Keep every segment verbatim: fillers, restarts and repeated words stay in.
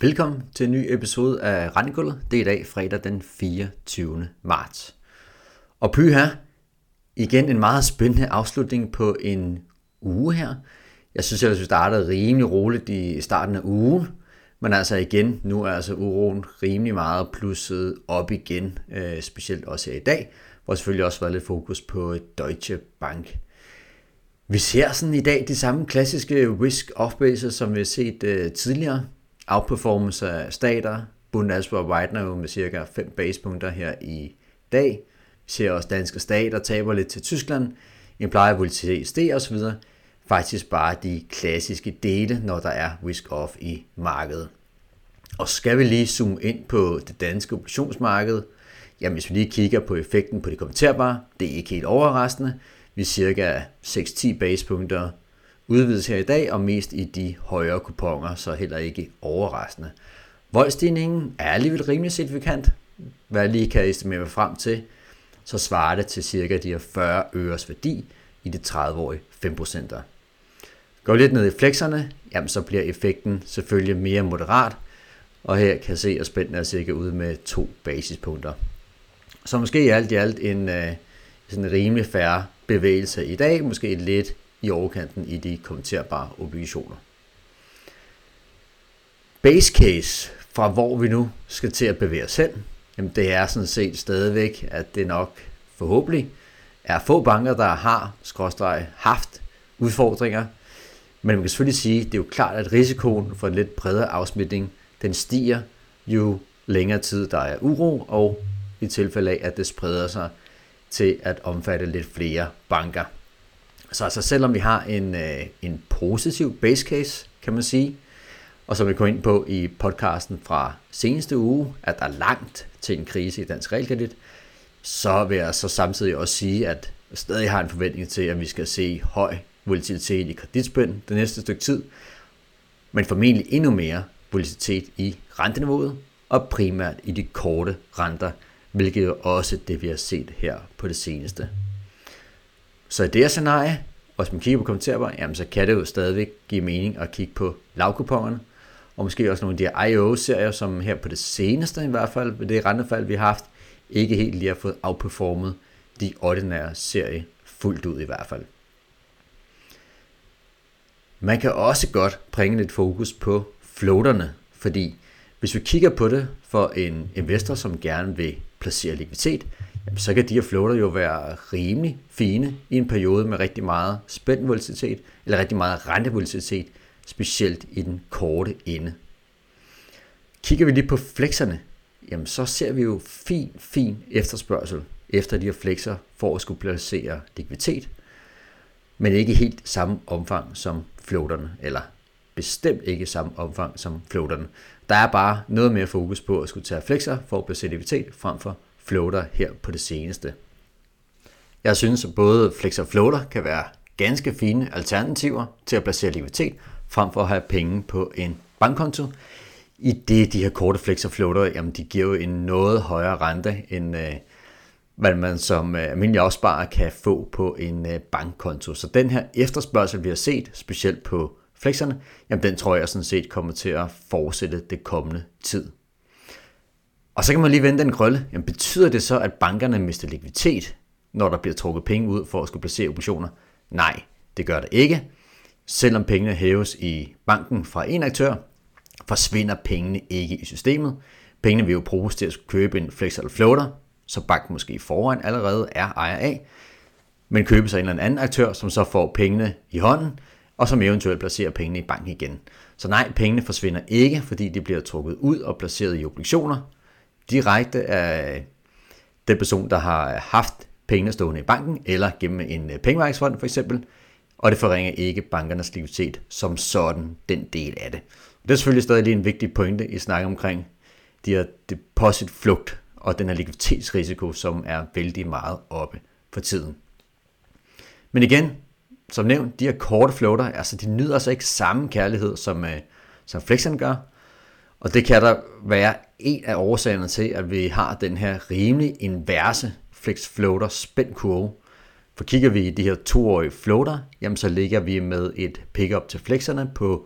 Velkommen til en ny episode af Rentegulvet. Det er i dag fredag den fireogtyvende marts. Og py her, igen en meget spændende afslutning på en uge her. Jeg synes, at vi startede rimelig roligt i starten af ugen. Men altså igen, nu er altså uroen rimelig meget plusset op igen. Øh, specielt også her i dag, hvor selvfølgelig også været lidt fokus på Deutsche Bank. Vi ser sådan i dag de samme klassiske risk-off bases, som vi har set øh, tidligere. Outperformance af stater, Bundesbank widener jo med cirka fem basepunkter her i dag. Vi ser også danske stater taber lidt til Tyskland, implied volatilitet stiger osv. Faktisk bare de klassiske dele, når der er risk-off i markedet. Og skal vi lige zoome ind på det danske obligationsmarked, jamen hvis vi lige kigger på effekten på de konverterbare, det er ikke helt overraskende. Vi er cirka seks til ti basepunkter udvides her i dag, og mest i de højere kuponer, så heller ikke overraskende. Voldstigningen er alligevel rimelig signifikant. Hvad jeg lige kan estimere frem til, så svarer det til cirka de her fyrre øres værdi i de tredive-årige fem procenter. Går lidt ned i flexerne, jamen så bliver effekten selvfølgelig mere moderat, og her kan jeg se, at spændet er cirka ude med to basispunkter. Så måske i alt i alt en sådan en rimelig fair bevægelse i dag, måske lidt i overkanten i de kommenterbare obligationer. Base case fra hvor vi nu skal til at bevæge os hen, jamen det er sådan set stadigvæk, at det nok forhåbentlig er få banker, der har skråstreg haft udfordringer. Men man kan selvfølgelig sige, at det er jo klart, at risikoen for en lidt bredere afsmitning, den stiger jo længere tid der er uro, og i tilfælde af, at det spreder sig til at omfatte lidt flere banker. Så altså selvom vi har en, øh, en positiv base case, kan man sige, og som vi går ind på i podcasten fra seneste uge, at der er langt til en krise i dansk realkredit, så vil jeg så samtidig også sige, at jeg stadig har en forventning til, at vi skal se høj volatilitet i kreditspænd det næste stykke tid, men formentlig endnu mere volatilitet i renteniveauet, og primært i de korte renter, hvilket jo også det, vi har set her på det seneste. Så i det her scenarie, og hvis man kigger på kommenterbare, jamen så kan det jo stadigvæk give mening at kigge på lavkuponerne, og måske også nogle af de her I O serier, som her på det seneste i hvert fald, ved det rentefald vi har haft, ikke helt lige har fået outperformet de ordinære serier fuldt ud i hvert fald. Man kan også godt bringe lidt fokus på floaterne, fordi hvis vi kigger på det for en investor, som gerne vil placere likviditet, så kan de her floater jo være rimelig fine i en periode med rigtig meget spændt volatilitet, eller rigtig meget rentevolatilitet, specielt i den korte ende. Kigger vi lige på flexerne, jamen så ser vi jo fin, fin efterspørgsel efter de her flexer for at skulle placere likviditet, men ikke helt samme omfang som floaterne, eller bestemt ikke samme omfang som floaterne. Der er bare noget mere fokus på at skulle tage flexer for at placere likviditet frem for floater her på det seneste. Jeg synes, at både flex og floater kan være ganske fine alternativer til at placere likviditet, frem for at have penge på en bankkonto. I det, de her korte flex og floater, jamen de giver jo en noget højere rente, end øh, hvad man som øh, almindelig afsparer kan få på en øh, bankkonto. Så den her efterspørgsel, vi har set, specielt på flexerne, jamen den tror jeg sådan set kommer til at fortsætte det kommende tid. Og så kan man lige vende den krølle. Jamen, betyder det så, at bankerne mister likviditet, når der bliver trukket penge ud for at skulle placere obligationer? Nej, det gør det ikke. Selvom pengene hæves i banken fra en aktør, forsvinder pengene ikke i systemet. Pengene vil jo bruges til at købe en flex eller floater, så banken måske i forvejen allerede er ejer af, men købe sig en eller anden aktør, som så får pengene i hånden, og som eventuelt placerer pengene i banken igen. Så nej, pengene forsvinder ikke, fordi de bliver trukket ud og placeret i obligationer, direkte af den person, der har haft pengene stående i banken, eller gennem en pengemarkedsfond for eksempel, og det forringer ikke bankernes likviditet som sådan den del af det. Det er selvfølgelig stadig lige en vigtig pointe i snakken omkring de her depositflugt og den her likviditetsrisiko, som er vældig meget oppe for tiden. Men igen, som nævnt, de her korte floater, altså de nyder altså ikke samme kærlighed, som, som flexerne gør, og det kan der være en af årsagerne til, at vi har den her rimelig inverse flex-floater spændkurve. For kigger vi i de her toårige floater, jamen så ligger vi med et pickup til flexerne på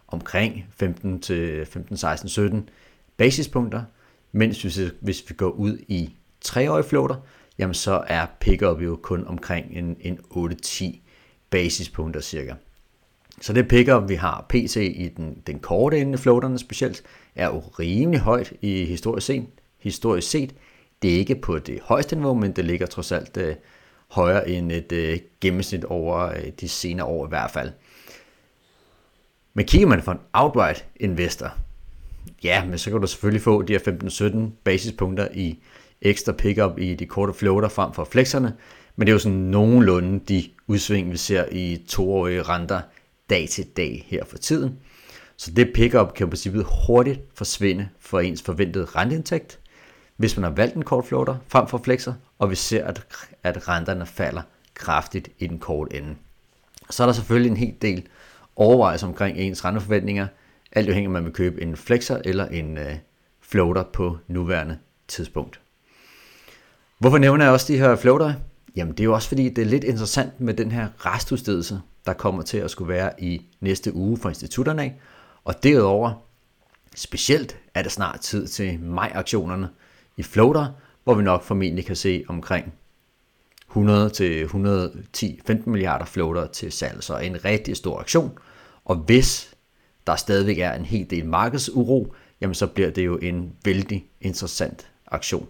omkring femten til femten, seksten, sytten basispunkter, mens hvis, hvis vi går ud i treårige floater, jamen så er pickup jo kun omkring en, en otte til ti basispunkter cirka. Så det pickup, vi har pt. I den, den korte ende af floaterne specielt, er jo rimelig højt i historisk set. Historisk set. Det er ikke på det højeste niveau, men det ligger trods alt øh, højere end et øh, gennemsnit over øh, de senere år i hvert fald. Men kigger man for en outright investor, ja, men så kan du selvfølgelig få de her femten til sytten basispunkter i ekstra pickup i de korte floater frem for flexerne, men det er jo sådan nogenlunde de udsving, vi ser i toårige renter dag til dag her for tiden. Så det pickup kan i princippet hurtigt forsvinde for ens forventede renteindtægt, hvis man har valgt en kort floater frem for flexer, og vi ser, at, at renterne falder kraftigt i den korte ende. Så er der selvfølgelig en hel del overvejelser omkring ens renteforventninger, alt afhængig af, om man vil købe en flexer eller en øh, floater på nuværende tidspunkt. Hvorfor nævner jeg også de her floater? Jamen det er jo også fordi, det er lidt interessant med den her restudstedelse, der kommer til at skulle være i næste uge for institutterne af. Og derudover, specielt er det snart tid til maj-aktionerne i floater, hvor vi nok formentlig kan se omkring hundrede til et hundrede og ti til femten milliarder floater til salg. Så en rigtig stor aktion. Og hvis der stadigvæk er en hel del markedsuro, jamen så bliver det jo en vældig interessant aktion.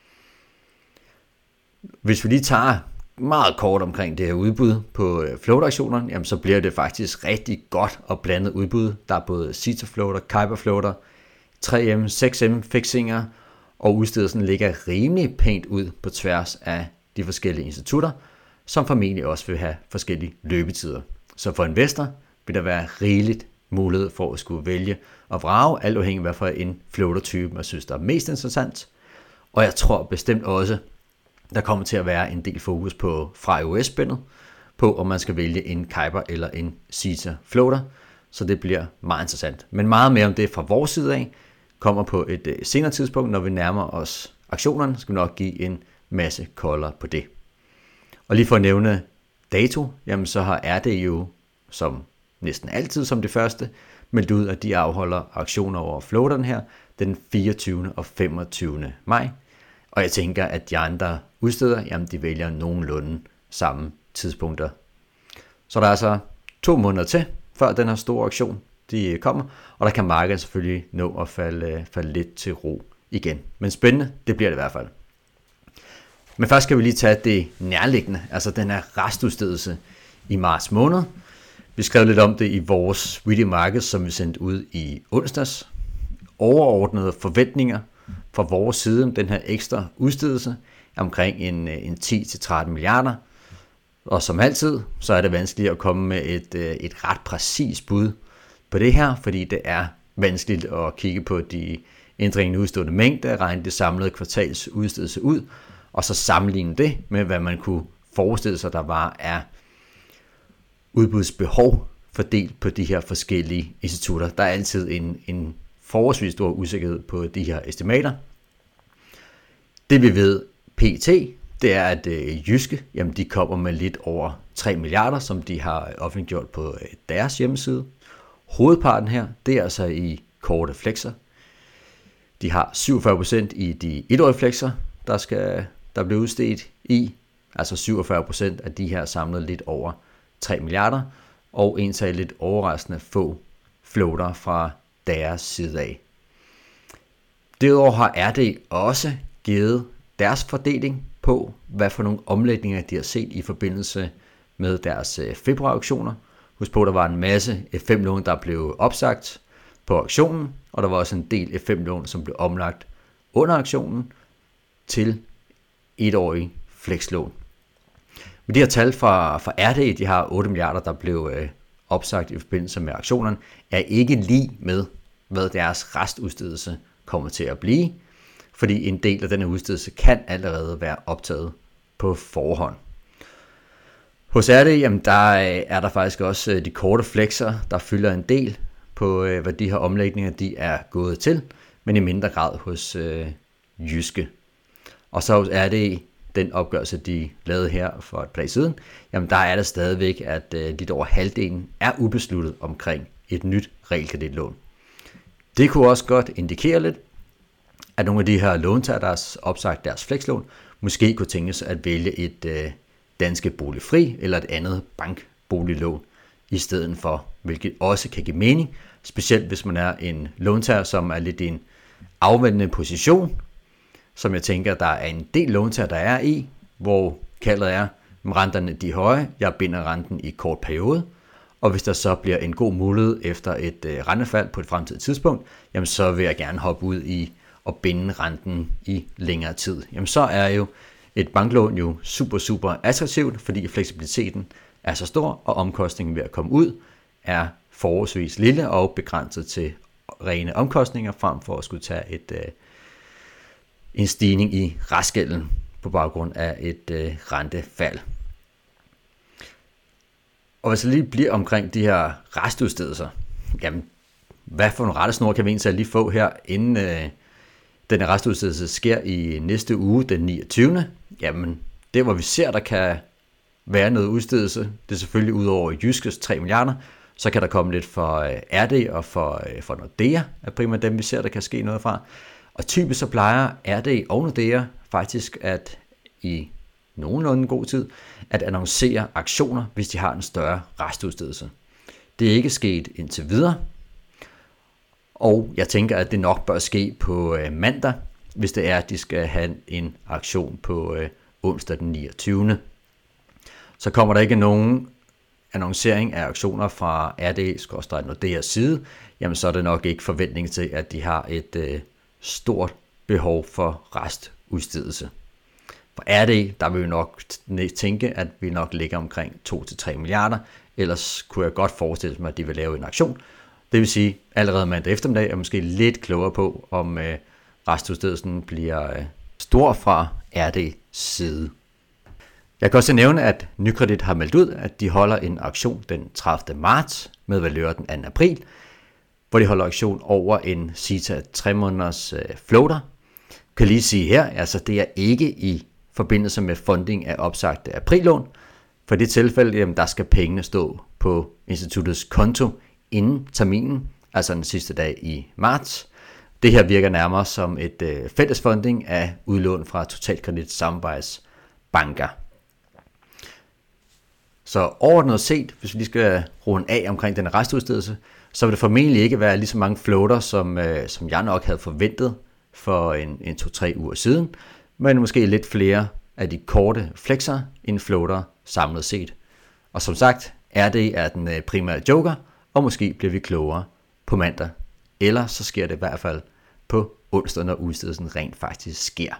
Hvis vi lige tager meget kort omkring det her udbud på floater-aktionerne, jamen så bliver det faktisk rigtig godt og blandet udbud. Der er både Cita floater, Kuiper floater, tre M, seks M fixinger, og udstedelsen ligger rimelig pænt ud på tværs af de forskellige institutter, som formentlig også vil have forskellige løbetider. Så for investor vil der være rigeligt mulighed for at skulle vælge og vrage, alt afhængig af hvad for en floater-type man synes der er mest interessant. Og jeg tror bestemt også, der kommer til at være en del fokus på fra I O S-spændet, på om man skal vælge en Kuiper eller en Cita floater, så det bliver meget interessant. Men meget mere om det fra vores side af, kommer på et senere tidspunkt, når vi nærmer os aktionerne, skal vi nok give en masse kolder på det. Og lige for at nævne dato, jamen så har R D jo som næsten altid som det første meldt ud, at de afholder aktioner over floateren her den fireogtyvende og femogtyvende maj. Og jeg tænker, at de andre udsteder, jamen de vælger nogenlunde samme tidspunkter. Så der er altså to måneder til, før den her store aktion de kommer, og der kan markedet selvfølgelig nå at falde, falde lidt til ro igen. Men spændende, det bliver det i hvert fald. Men først skal vi lige tage det nærliggende, altså den her restudstedelse i marts måned. Vi skrev lidt om det i vores Weekly Markets, som vi sendte ud i onsdags. Overordnede forventninger fra vores side om den her ekstra udstedelse er omkring en, en ti til tretten milliarder. Og som altid, så er det vanskeligt at komme med et, et ret præcist bud på det her, fordi det er vanskeligt at kigge på de ændringene udstående mængde, regne det samlede kvartals udstedelse ud, og så sammenligne det med, hvad man kunne forestille sig, der var af udbudsbehov fordelt på de her forskellige institutter. Der er altid en, en forholdsvis stor usikkerhed på de her estimater. Det vi ved pt, det er, at øh, Jyske, jamen de kommer med lidt over tre milliarder, som de har offentliggjort på øh, deres hjemmeside. Hovedparten her, det er altså i korte flexer. De har syvogfyrre procent i de etårige flexer, der skal der blive udstedt i, altså syvogfyrre procent af de her samlet lidt over tre milliarder, og en sag lidt overraskende få floater fra deres side af. Derudover har R D også givet deres fordeling på, hvad for nogle omlægninger de har set i forbindelse med deres februar-auktioner. Husk på, der var en masse F fem lån, der blev opsagt på auktionen, og der var også en del F fem lån, som blev omlagt under auktionen til etårige flexlån. Men de her tal fra, fra R D, de har otte milliarder, der blev øh, opsagt i forbindelse med auktionerne, er ikke lige med, hvad deres restudstedelse kommer til at blive, fordi en del af denne udstedelse kan allerede være optaget på forhånd. Hos R D, jamen der er der faktisk også de korte flexer, der fylder en del på, hvad de her omlægninger de er gået til, men i mindre grad hos øh, Jyske. Og så hos R D, den opgørelse, de lavede her for et par dage siden, jamen der er det stadigvæk, at øh, lidt over halvdelen er ubesluttet omkring et nyt realkreditlån. Det kunne også godt indikere lidt, at nogle af de her låntagere, der har opsagt deres flekslån, måske kunne tænkes at vælge et øh, Danske Boligfri eller et andet bankboliglån i stedet for, hvilket også kan give mening, specielt hvis man er en låntager, som er lidt i en afvendende position, som jeg tænker, der er en del låntager, der er i, hvor kaldet er, renterne de er høje, jeg binder renten i kort periode, og hvis der så bliver en god mulighed efter et øh, rentefald på et fremtidigt tidspunkt, jamen så vil jeg gerne hoppe ud i at binde renten i længere tid. Jamen så er jo et banklån jo super, super attraktivt, fordi fleksibiliteten er så stor, og omkostningen ved at komme ud er forholdsvis lille og begrænset til rene omkostninger, frem for at skulle tage et, øh, en stigning i restgælden på baggrund af et øh, rentefald. Og hvis jeg lige bliver omkring de her restudstedelser, jamen hvad for nogle rettesnore kan vi egentlig lige få her, inden øh, den restudstedelse sker i næste uge, den niogtyvende Jamen, det hvor vi ser, der kan være noget udstedelse, det er selvfølgelig ud over Jyskes tre milliarder, så kan der komme lidt for øh, R D og for, øh, for Nordea, er primært dem, vi ser, der kan ske noget fra. Og typisk så plejer R D og Nordea faktisk at i nogenlunde god tid, at annoncere aktioner, hvis de har en større restudstedelse. Det er ikke sket indtil videre, og jeg tænker, at det nok bør ske på øh, mandag, hvis det er, at de skal have en aktion på øh, onsdag den niogtyvende Så kommer der ikke nogen annoncering af aktioner fra R D-Nordeas side, jamen så er det nok ikke forventning til, at de har et øh, stort behov for restudstedelse. For R D, der vil vi nok tænke, at vi nok ligger omkring to til tre milliarder, ellers kunne jeg godt forestille mig, at de vil lave en aktion. Det vil sige, allerede mandag eftermiddag er måske lidt klogere på, om øh, restudstedelsen bliver øh, stor fra R D's side. Jeg kan også nævne, at Nykredit har meldt ud, at de holder en aktion den tredivte marts med valør den anden april, hvor de holder aktion over en SITA tre måneders øh, floater. Jeg kan lige sige her, altså det er ikke i forbindelse med funding af opsagte aprillån. For det tilfælde, jamen, der skal pengene stå på instituttets konto inden terminen, altså den sidste dag i marts. Det her virker nærmere som et øh, fælles funding af udlån fra Totalkredit samarbejdsbanker. Så overordnet set, hvis vi lige skal runde af omkring den restudstedelse, så vil det formentlig ikke være lige så mange floater, som, øh, som jeg nok havde forventet for en, en to-tre uger siden, men måske lidt flere af de korte flexer end floater samlet set. Og som sagt, R D er den øh, primære joker, og måske bliver vi klogere på mandag. Eller så sker det i hvert fald på onsdag, når udstedelsen rent faktisk sker.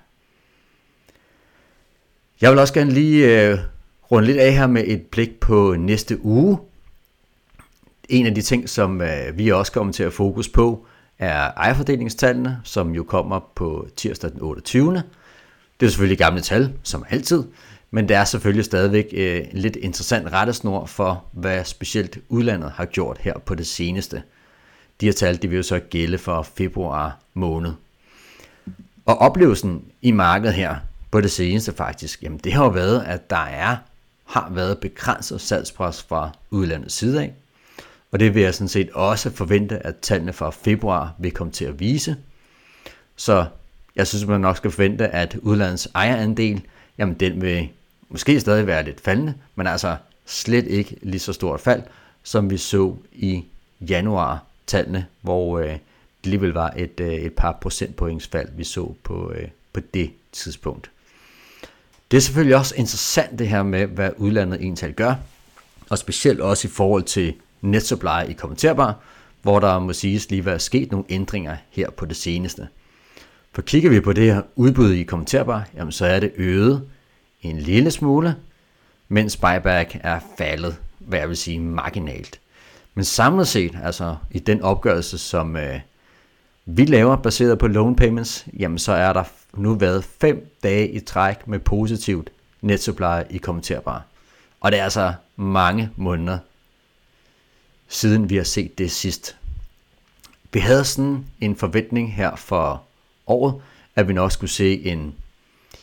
Jeg vil også gerne lige øh, runde lidt af her med et blik på næste uge. En af de ting, som øh, vi også kommer til at fokus på, er ejerfordelingstallene, som jo kommer på tirsdag den otteogtyvende Det er selvfølgelig gamle tal, som altid, men det er selvfølgelig stadigvæk øh, en lidt interessant rettesnor for, hvad specielt udlandet har gjort her på det seneste. De her tal, de vil jo så gælde for februar måned. Og oplevelsen i markedet her på det seneste faktisk, jamen det har jo været, at der er, har været begrænset salgspres fra udlandets side af. Og det vil jeg sådan set også forvente, at tallene fra februar vil komme til at vise. Så jeg synes, man nok skal forvente, at udlandets ejerandel, jamen den vil måske stadig være lidt faldende, men altså slet ikke lige så stort fald, som vi så i januar-tallene, hvor øh, det alligevel var et, øh, et par procentpointsfald, vi så på, øh, på det tidspunkt. Det er selvfølgelig også interessant det her med, hvad udlandet egentlig gør, og specielt også i forhold til netsupply i kommenterbar, hvor der må siges lige være sket nogle ændringer her på det seneste. For kigger vi på det her udbud i kommenterbar, jamen så er det øget en lille smule, mens buyback er faldet, hvad jeg vil sige marginalt. Men samlet set, altså i den opgørelse, som øh, vi laver baseret på loan payments, jamen så er der nu været fem dage i træk med positivt netsupply i kommenterbar. Og det er altså mange måneder siden vi har set det sidst. Vi havde sådan en forventning her for året, at vi nok skulle se en,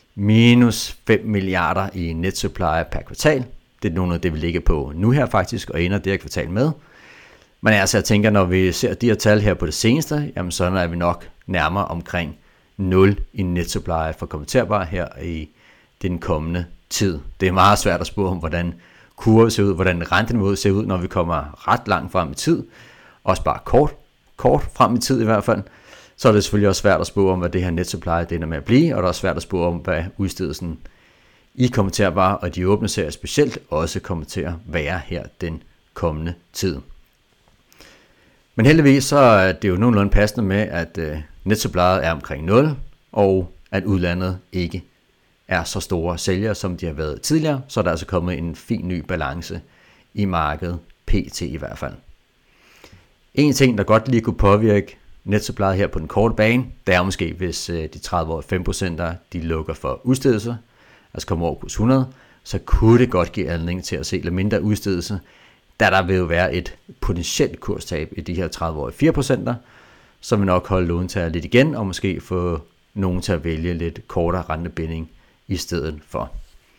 minus fem milliarder i net supply per kvartal. Det er nogle af det, vi ligger på nu her faktisk, og ender det her kvartal med. Men altså, jeg tænker, når vi ser de her tal her på det seneste, jamen så er vi nok nærmere omkring nul i net supply for konverterbar her i den kommende tid. Det er meget svært at spå om, hvordan kurven ser ud, hvordan renteniveauet ser ud, når vi kommer ret langt frem i tid. Også bare kort, kort frem i tid i hvert fald. Så er det selvfølgelig også svært at spå om, hvad det her net supply det ender med at blive, og det er også svært at spå om, hvad udstedelsen i konverterbare og de åbne serier specielt også kommer til at være her den kommende tid. Men heldigvis så er det jo nogenlunde passende med, at uh, netsupplyet er omkring nul, og at udlandet ikke er så store sælgere, som de har været tidligere, så er der altså kommet en fin ny balance i markedet, P T i hvert fald. En ting, der godt lige kunne påvirke netsupplyet her på den korte bane, det er måske, hvis uh, de tredive-årige fem procent de lukker for udstedelse, altså kommer over kurs hundrede, så kunne det godt give anledning til at se lidt mindre udstedelse, da der vil jo være et potentielt kurstab i de her tredive-årige fire procent, som vil nok holde låntager lidt igen, og måske få nogen til at vælge lidt kortere rentebinding i stedet for.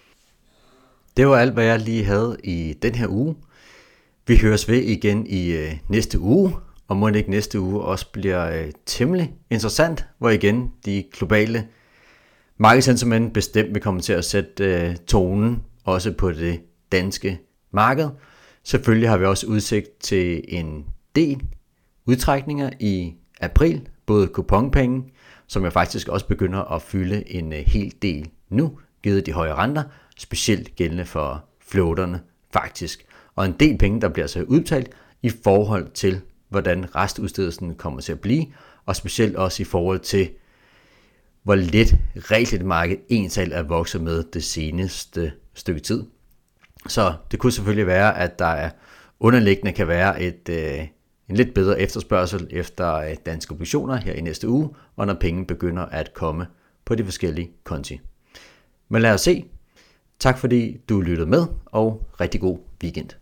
Det var alt, hvad jeg lige havde i den her uge. Vi høres ved igen i øh, næste uge, og må ikke næste uge også bliver øh, temmelig interessant, hvor igen de globale markedssentiment bestemt vil komme til at sætte øh, tonen også på det danske marked. Selvfølgelig har vi også udsigt til en del udtrækninger i april, både kuponpenge, som jeg faktisk også begynder at fylde en hel del nu, givet de høje renter, specielt gældende for floaterne faktisk. Og en del penge, der bliver så udbetalt i forhold til, hvordan restudstedelsen kommer til at blive, og specielt også i forhold til, hvor lidt realkreditmarkedet egentlig er vokset med det seneste stykke tid. Så det kunne selvfølgelig være, at der er underliggende kan være et, øh, en lidt bedre efterspørgsel efter øh, danske obligationer her i næste uge, og når penge begynder at komme på de forskellige konti. Men lad os se. Tak fordi du lyttede med, og rigtig god weekend.